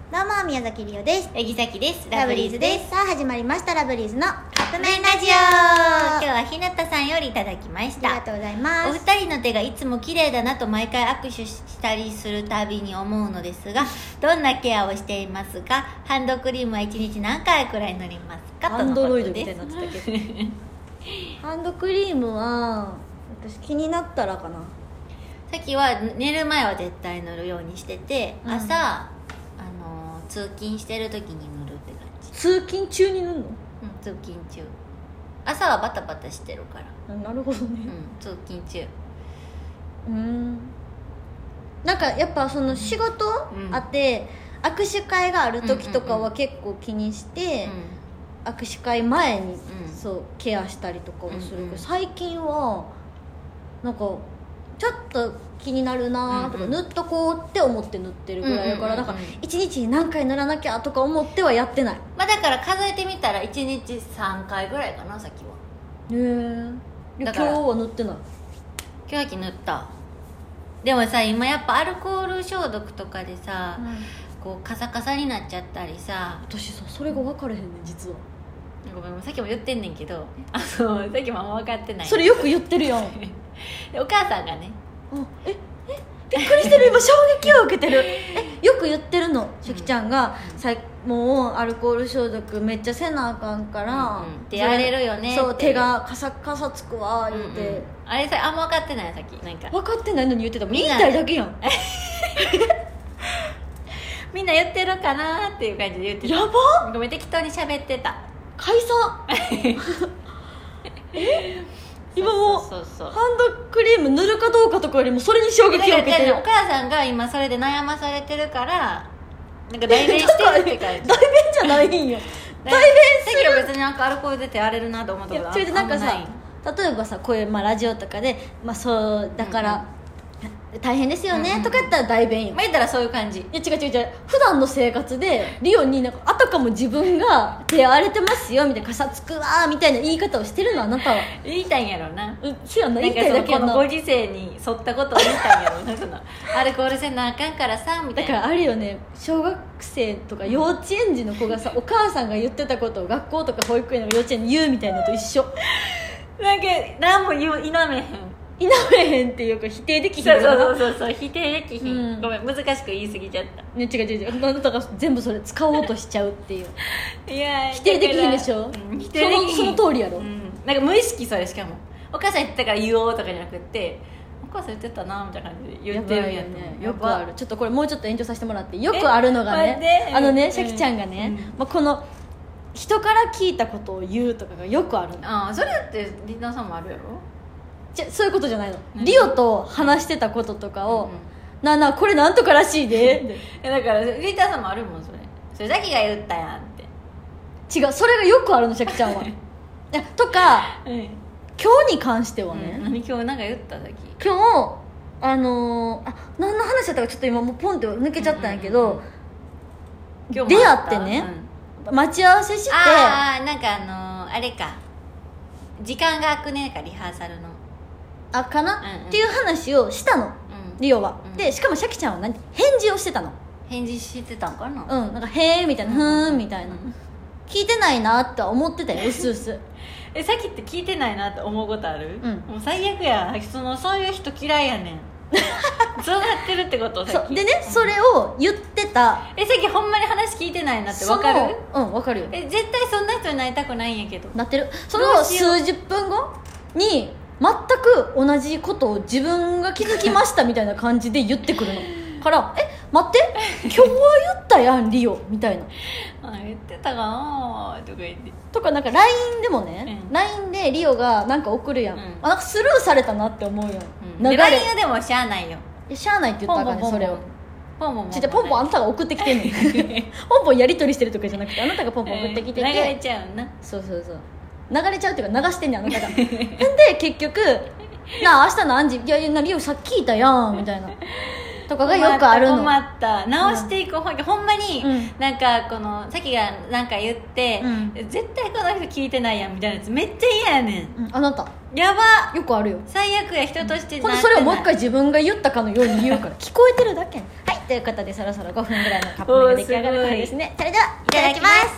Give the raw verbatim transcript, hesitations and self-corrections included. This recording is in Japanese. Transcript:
どうも宮崎りおです。 八木崎です。 ラブリーズです。さあ始まりましたラブリーズのカップ麺ラジオ。 今日はひなたさんよりいただきましあた。 りがとうございます。 お二人の手がいつも綺麗だなと毎回握手したりするたびに思うのですが、どんなケアをしていますか？ハンドクリームはいちにち何回くらい塗りますか？ ハンドロイドみたいになってたけどハンドクリームは私気になったらかな。 さっきは寝る前は絶対塗るようにしてて、 うん朝あの通勤してる時に塗るって感じ。 通勤中に塗るの？ うん、通勤中。朝はバタバタしてるから。 なるほどね。 うん、通勤中。 うんなんかやっぱその仕事あって、うん、握手会がある時とかは結構気にして、うん、握手会前に、うん、そうケアしたりとかをするけど、うんうん、最近はなんかちょっと気になるなとか、うんうん、塗っとこうって思って塗ってるぐらいだから、うんうんうんうん、なんかいちにちに何回塗らなきゃとか思ってはやってない。 まあだから数えてみたらいちにちさんかいぐらいかな、さっきは。 へえ。今日は塗ってない。 今日は塗った。でもさ、今やっぱアルコール消毒とかでさ、うん、こうカサカサになっちゃったりさ。 私さそれが分からへんねん実は。 ごめん、さっきも言ってんねんけど、あのさっきもあんま分かってない。 それよく言ってるやんでお母さんがね、 ええびっくりしてる今衝撃を受けてるえよく言ってるのしきちゃんが、うん、さもうアルコール消毒めっちゃせなあかんから、うんうん、 ってやれるよね。 そう手がカサカサつくわ言って、うんうん、 あれさあんま分かってない。さっきなんか分かってないのに言ってた。みんな言いたいだけやんみんな言ってるかなっていう感じで言ってた。 やばごめん適当に喋ってた。 解散え今もハンドクリーム塗るかどうかとかよりもそれに衝撃を受けてる。 お母さんが今それで悩まされてるからなんか代弁してるって感じ。 代弁じゃないんよ代弁する。 さっきは別になんかアルコール出てやれるなと思ったことあんまない。 それでなんかさ例えばさこういう、まあ、ラジオとかで、まあ、そうだから、うんうん大変ですよね、うんうん、とかやったら代弁よ。 まあ、言ったらそういう感じ。いや違う違う違う。普段の生活でリオになんかあたかも自分が手荒れてますよみたいな、カサつくわみたいな言い方をしてるのあなたは。 言いたいんやろうな。 うんそうやな、言いたいだけやな。 このご時世に沿ったことを言いたいんやろうなそのアルコールせなあかんからさみたいな。 だからあるよね、小学生とか幼稚園児の子がさ、お母さんが言ってたことを学校とか保育園の幼稚園に言うみたいなのと一緒。 なんか何も言う否めへん否めへんっていうか否定できひん。 そうそうそうそう否定できひん、うん、ごめん難しく言い過ぎちゃった、 ね、違う違う違う。あなたが全部それ使おうとしちゃうっていういや否定できひんでしょ、 うん、否定できひん。 その、その通りやろ、 うん、なんか無意識それ。しかもお母さん言ってたから言おうとかじゃなくてお母さん言ってたなみたいな感じで言ってるんやね。よくある。ちょっとこれもうちょっと延長させてもらってよくあるのがね、あのねシャキちゃんがね、うんまあ、この人から聞いたことを言うとかがよくあるの。 ああそれってリンダさんもあるやろ。 じゃそういうことじゃないの。リオと話してたこととかを、うんうん、なあなあこれなんとからしいでだからリンダさんもあるもんそれ。それザキが言ったやんって。 違う、それがよくあるのシャキちゃんはとか、うん、今日に関してはね、 うん、何今日なんか言ったザキ今日あのー、あ何の話だったかちょっと今もうポンって抜けちゃったんやけど、うんうんうん、出会ってね、うん、待ち合わせして、 ああなんかあのー、あれか時間が空くねかリハーサルのあかな、うんうん、っていう話をしたの、うん、リオは、うん、でしかもシャキちゃんは何返事をしてたの。 返事してたんかな。 うんなんかへーみたいな、うん、ふーんみたいな、うん、聞いてないなって思ってたようすうすえさっきって聞いてないなって思うことある？ うんもう最悪や。そのそういう人嫌いやねんそうなってるってことさっき。 でね、うん、それを言ってた。 えさっきほんまに話聞いてないなって分かる？ うん分かるよ。 え絶対そんな人になりたくないんやけど。 なってる。その数十分後に全く同じことを自分が気づきましたみたいな感じで言ってくるのからえ待って今日は言ったやんリオみたいなあ言ってたかなとか言ってとかなんか ライン でもね、うん、ライン でリオがなんか送るやん、うん、あなんかスルーされたなって思うやん、 うん、流れ ライン でもしゃあないよ。 いやしゃあないって言ったらあかんねそれをポンポンちょポンポンあなたが送ってきてんねんポンポンやり取りしてるとかじゃなくてあなたがポンポン送ってきてて、 えー、流れちゃうな。 そうそうそう流れちゃうっていうか流してんねんあなたがで結局なあ明日何時いやいやリオさっき聞いたやんみたいなとかがよくあるの。 困った直していく、うん、ほんまに、うん、なんかこのさきがなんか言って、うん、絶対この人聞いてないやんみたいなやつめっちゃ嫌やねん、 うん、あなたやばよくあるよ。 最悪や人として、 うん、今度それをもう一回自分が言ったかのように言うから聞こえてるだけはいということでそろそろごふんぐらいのカップ麺が出来上がるからですね。それではいただきます。